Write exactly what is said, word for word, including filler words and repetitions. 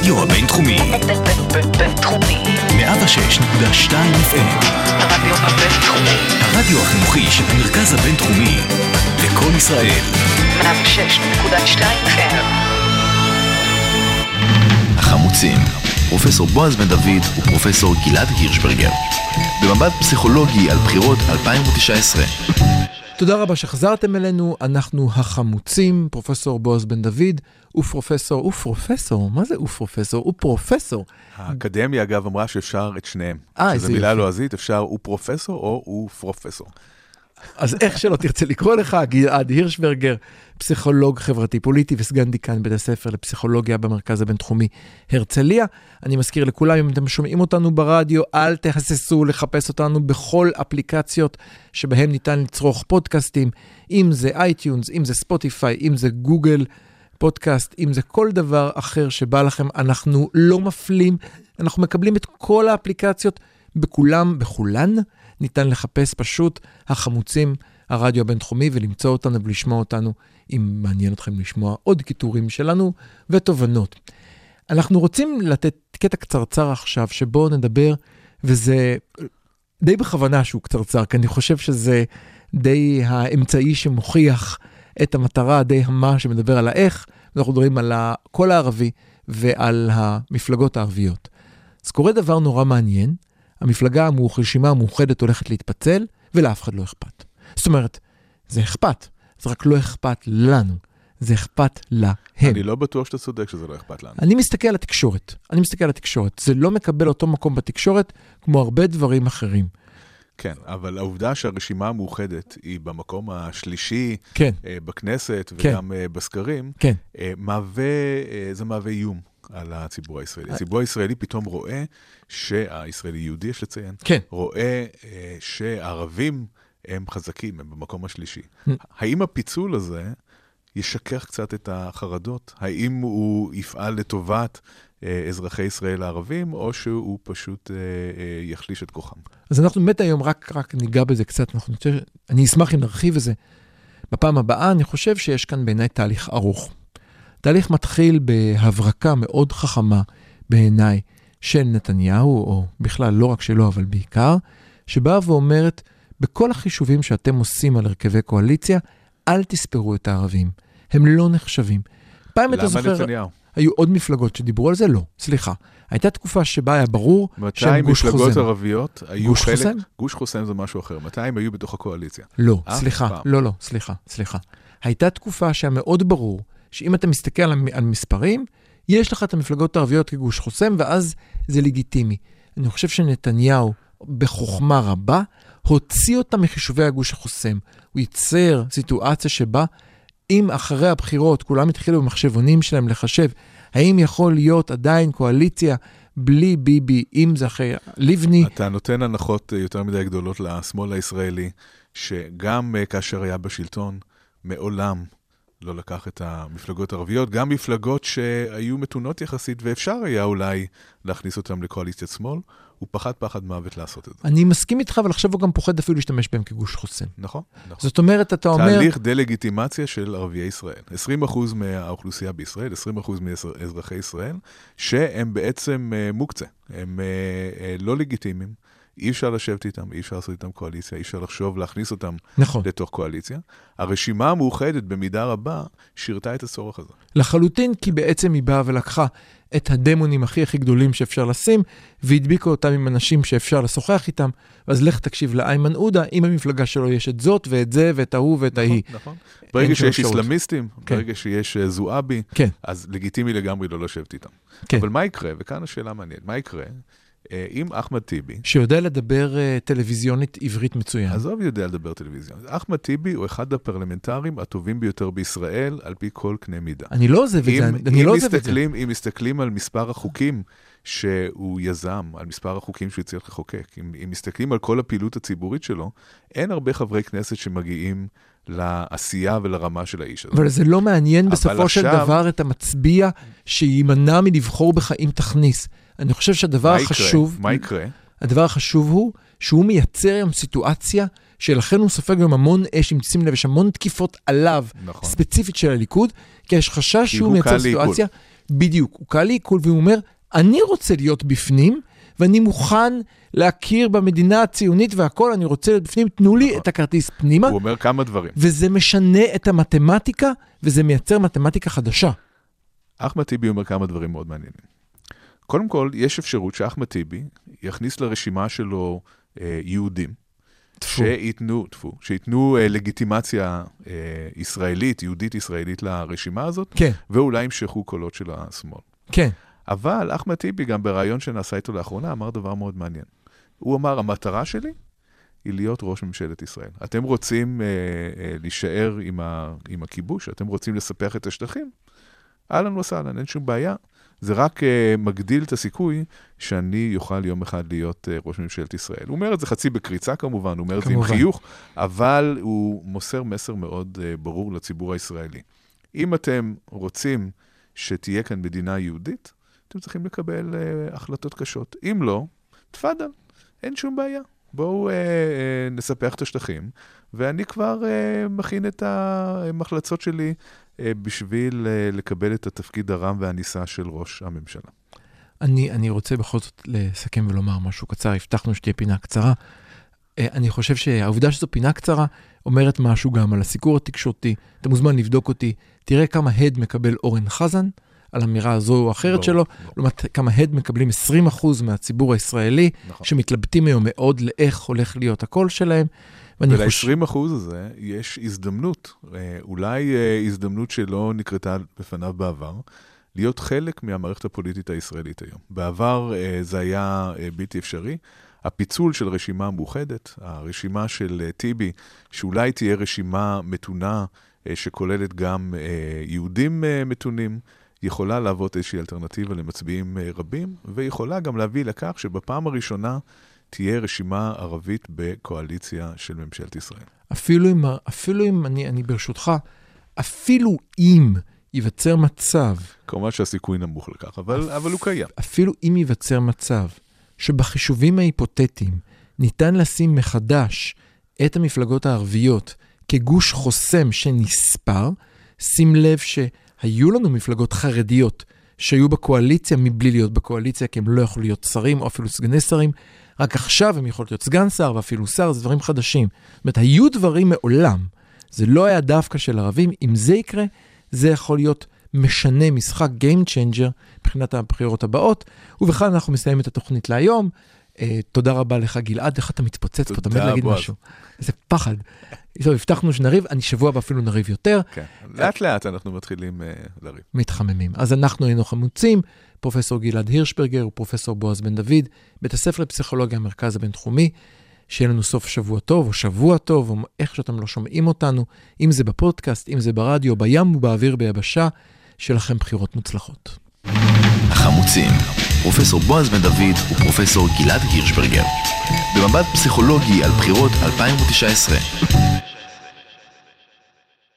הרדיו הבינתחומי. בינתחומי. מאה ושש נקודה שתיים אף אם. הרדיו הבינתחומי. הרדיו החינוכי של המרכז הבינתחומי. לקול ישראל. מאה ושש נקודה שתיים אף אם. החמוצים. פרופסור בועז בן דוד ופרופסור גלעד הירשברגר. במבט פסיכולוגי על בחירות אלפיים ותשע עשרה. תודה רבה שחזרתם אלינו, אנחנו החמוצים, פרופסור בועז בן דוד, ופרופסור, ופרופסור, מה זה ופרופסור? ופרופסור. האקדמיה אגב אמרה שאפשר את שניהם. אה, שזו מילה לועזית, אפשר ופרופסור או ופרופסור. אז איך שלא תרצה לקרוא לך, גלעד הירשברגר, פסיכולוג חברתי פוליטי וסגן דיקן בית הספר לפסיכולוגיה במרכז הבינתחומי הרצליה. אני מזכיר לכולם, אם אתם שומעים אותנו ברדיו, אל תהססו לחפש אותנו בכל אפליקציות שבהם ניתן לצרוך פודקאסטים, אם זה אייטיונס, אם זה ספוטיפיי, אם זה גוגל פודקאסט, אם זה כל דבר אחר שבא לכם, אנחנו לא מפלים, אנחנו מקבלים את כל האפליקציות בכולם, בכולן, ניתן לחפש פשוט החמוצים, הרדיו הבינתחומי, ולמצוא אותנו ולשמוע אותנו, אם מעניין אתכם לשמוע עוד כיתורים שלנו ותובנות. אנחנו רוצים לתת קטע קצרצר עכשיו, שבו נדבר, וזה די בכוונה שהוא קצרצר, כי אני חושב שזה די האמצעי שמוכיח את המטרה, די המה שמדבר על האיך, אנחנו מדברים על הקול הערבי ועל המפלגות הערביות. אז קורה דבר נורא מעניין, המפלגה הרשימה המאוחדת הולכת להתפצל, ולאף אחד לא אכפת. זאת אומרת, זה אכפת, זה רק לא אכפת לנו, זה אכפת להם. אני לא בטוח שאתה צודק שזה לא אכפת לנו. אני מסתכל על התקשורת, אני מסתכל על התקשורת, זה לא מקבל אותו מקום בתקשורת, כמו הרבה דברים אחרים. כן, אבל העובדה שהרשימה המאוחדת היא במקום השלישי, כן. בכנסת כן. וגם בסקרים, כן. מהווה, זה מהווה איום על הציבור הישראלי. הציבור הישראלי פתאום רואה שהישראלי יהודי, יש לציין, כן. רואה שהערבים הם חזקים, הם במקום השלישי. האם הפיצול הזה ישכח קצת את החרדות? האם הוא יפעל לטובת אזרחי ישראל הערבים, או שהוא פשוט יחליש את כוחם? אז אנחנו באמת היום רק, רק ניגע בזה קצת, אנחנו, אני אשמח אם נרחיב בזה. בפעם הבאה אני חושב שיש כאן בעיניי תהליך ארוך. תהליך מתחיל בהברקה מאוד חכמה בעיניי של נתניהו, או בכלל לא רק שלו, אבל בעיקר, שבאה ואומרת, בכל החישובים שאתם עושים על הרכבי קואליציה, אל תספרו את הערבים. הם לא נחשבים. פעם אתה זוכר, נתניהו? היו עוד מפלגות שדיברו על זה? לא, סליחה. הייתה תקופה שבה היה ברור שהם גוש חוסם. מתי מפלגות ערביות היו גוש חלק? חוסם? גוש חוסם זה משהו אחר. מתי הם היו בתוך הקואליציה? לא, סליחה. לא, לא, סליחה, סליחה. הייתה תקופה שהיה מאוד ברור, שאם אתה מסתכל על, על מספרים, יש לך את המפלגות הערביות כגוש חוסם, ואז זה לגיטימי. אני חושב שנתניהו, בחוכמה רבה, הוציא אותה מחישובי הגוש החוסם. הוא ייצר סיטואציה שבה, אם אחרי הבחירות כולם התחילו במחשבונים שלהם לחשב, האם יכול להיות עדיין קואליציה בלי ביבי, אם זה אחרי לבני? אתה נותן הנחות יותר מדי גדולות לשמאל הישראלי, שגם כאשר היה בשלטון, מעולם לא לקח את המפלגות הערביות, גם מפלגות שהיו מתונות יחסית, ואפשר היה אולי להכניס אותם לקואליציית שמאל, הוא פחד פחד מוות לעשות את זה. אני מסכים איתך, אבל עכשיו הוא גם פוחד אפילו להשתמש בהם כגוש חוסם. נכון, נכון. זאת אומרת, אתה אומר... תהליך דה-לגיטימציה של ערביי ישראל. עשרים אחוז מהאוכלוסייה בישראל, עשרים אחוז מאזרחי ישראל, שהם בעצם מוקצה. הם לא לגיטימיים. אי אפשר לשבת איתם, אי אפשר לעשות איתם קואליציה, אי אפשר לחשוב להכניס אותם נכון. לתוך קואליציה. הרשימה המאוחדת במידה רבה שירתה את הצורך הזה. לחלוטין, כי בעצם היא באה ולקחה את הדמונים הכי הכי גדולים שאפשר לשים, והדביקו אותם עם אנשים שאפשר לשוחח איתם, ואז לך תקשיב לאיימן עודה, אם המפלגה שלו יש את זאת ואת זה ואת ההוא ואת ההיא. נכון, נכון. ברגע שיש אפשרות. איסלאמיסטים, כן. ברגע שיש זועבי, כן. אז לגיטימי לגמרי לא לשבת איתם. כן. אבל מה יקרה, וכאן השאלה מעניינת, מה יקרה אם אחמד טיבי, שיודע לדבר uh, טלוויזיונית עברית מצוין. עזוב יודע לדבר טלוויזיונית. אחמד טיבי הוא אחד הפרלמנטרים הטובים ביותר בישראל, על פי כל קנה מידה. אני לא עוזב את זה, אני לא עוזב את זה. אם מסתכלים על מספר החוקים שהוא יזם, על מספר החוקים שהוא יצליח לחוקק, אם, אם מסתכלים על כל הפעילות הציבורית שלו, אין הרבה חברי כנסת שמגיעים לעשייה ולרמה של האיש הזה. אבל זה לא מעניין בסופו של עכשיו... דבר את המצביע שימנע מלבחור בך אם תכניס. אני חושב שהדבר החשוב... מה יקרה? הדבר החשוב הוא שהוא מייצר היום סיטואציה שלכן הוא סופג גם המון אש, אם תשים לב, יש המון תקיפות עליו, נכון. ספציפית של הליכוד, כי יש חשש שהוא מייצר סיטואציה בדיוק, הוא קהל עיכול, והוא אומר, אני רוצה להיות בפנים, ואני מוכן להכיר במדינה הציונית והכל, אני רוצה להיות בפנים, תנו לי את הכרטיס פנימה. הוא אומר כמה דברים. וזה משנה את המתמטיקה, וזה מייצר מתמטיקה חדשה. אחמד טיבי אומר כמה דברים מאוד מעניינים. קודם כל, יש אפשרות שאחמד טיבי יכניס לרשימה שלו אה, יהודים, שיתנו, תפו, שיתנו אה, לגיטימציה אה, ישראלית, יהודית ישראלית לרשימה הזאת, כן. ואולי ימשכו קולות של השמאל. כן. אבל אחמד טיבי, גם ברעיון שנעשה איתו לאחרונה, אמר דבר מאוד מעניין. הוא אמר, המטרה שלי היא להיות ראש ממשלת ישראל. אתם רוצים אה, אה, להישאר עם, ה, עם הכיבוש, אתם רוצים לספח את השטחים, אהלן וסהלן, אין שום בעיה. זה רק uh, מגדיל את הסיכוי שאני יוכל יום אחד להיות uh, ראש ממשלת ישראל. הוא אומר את זה חצי בקריצה כמובן, הוא אומר את זה עם חיוך, אבל הוא מוסר מסר מאוד uh, ברור לציבור הישראלי. אם אתם רוצים שתהיה כאן מדינה יהודית, אתם צריכים לקבל uh, החלטות קשות. אם לא, תפדל, אין שום בעיה. בואו uh, uh, נספח את השטחים, ואני כבר uh, מכין את המחלצות שלי בשביל לקבל את התפקיד הרם והניסה של ראש הממשלה. אני, אני רוצה בכל זאת לסכם ולומר משהו קצר, הבטחנו שתהיה פינה קצרה. אני חושב שהעובדה שזו פינה קצרה אומרת משהו גם על הסיקור התקשורתי. אתה מוזמן לבדוק אותי, תראה כמה הד מקבל אורן חזן, על אמירה הזו או אחרת לא, שלו, לא. לעומת כמה הד מקבלים עשרים אחוז מהציבור הישראלי, נכון. שמתלבטים היום מאוד לאיך הולך להיות הקול שלהם, ול-עשרים אחוז הזה יש הזדמנות, אולי הזדמנות שלא נקרתה בפניו בעבר, להיות חלק מהמערכת הפוליטית הישראלית היום. בעבר זה היה בלתי אפשרי. הפיצול של רשימה מאוחדת, הרשימה של טיבי, שאולי תהיה רשימה מתונה שכוללת גם יהודים מתונים, יכולה להוות איזושהי אלטרנטיבה למצביעים רבים, ויכולה גם להביא לכך שבפעם הראשונה תהיה רשימה ערבית בקואליציה של ממשלת ישראל. אפילו אם, אפילו אם אני, אני ברשותך, אפילו אם ייווצר מצב... כמובן שהסיכוי נמוך לכך, אבל, אפ... אבל הוא קיים. אפילו אם ייווצר מצב שבחישובים ההיפותטיים ניתן לשים מחדש את המפלגות הערביות כגוש חוסם שנספר, שים לב שהיו לנו מפלגות חרדיות שהיו בקואליציה מבלי להיות בקואליציה, כי הם לא יכולו להיות שרים או אפילו סגני שרים, רק עכשיו הם יכולים להיות סגן שר ואפילו שר, זה דברים חדשים. זאת אומרת, היו דברים מעולם. זה לא היה דווקא של ערבים. אם זה יקרה, זה יכול להיות משנה משחק game changer מבחינת הבחירות הבאות. ובכלל אנחנו מסיים את התוכנית להיום. אה, תודה רבה לך גלעד, איך אתה מתפוצץ פה, תמיד להגיד בועז. משהו. איזה פחד. טוב, הבטחנו שנריב, אני שבוע ואפילו נריב יותר. כן, לאט לאט אנחנו מתחילים אה, לריב. מתחממים. אז אנחנו היינו חמוצים, פרופסור גלעד הירשברגר ופרופסור בועז בן דוד, בית הספר לפסיכולוגיה המרכז הבינתחומי, שיהיה לנו סוף שבוע טוב או שבוע טוב, או איך שאתם לא שומעים אותנו, אם זה בפודקאסט, אם זה ברדיו, בים ובאוויר ביבשה, שיהיה לכם בחירות מוצלחות. החמוצים, פרופסור בועז בן דוד ופרופסור גלעד הירשברגר, במבט פסיכולוגי על בחירות אלפיים תשע עשרה.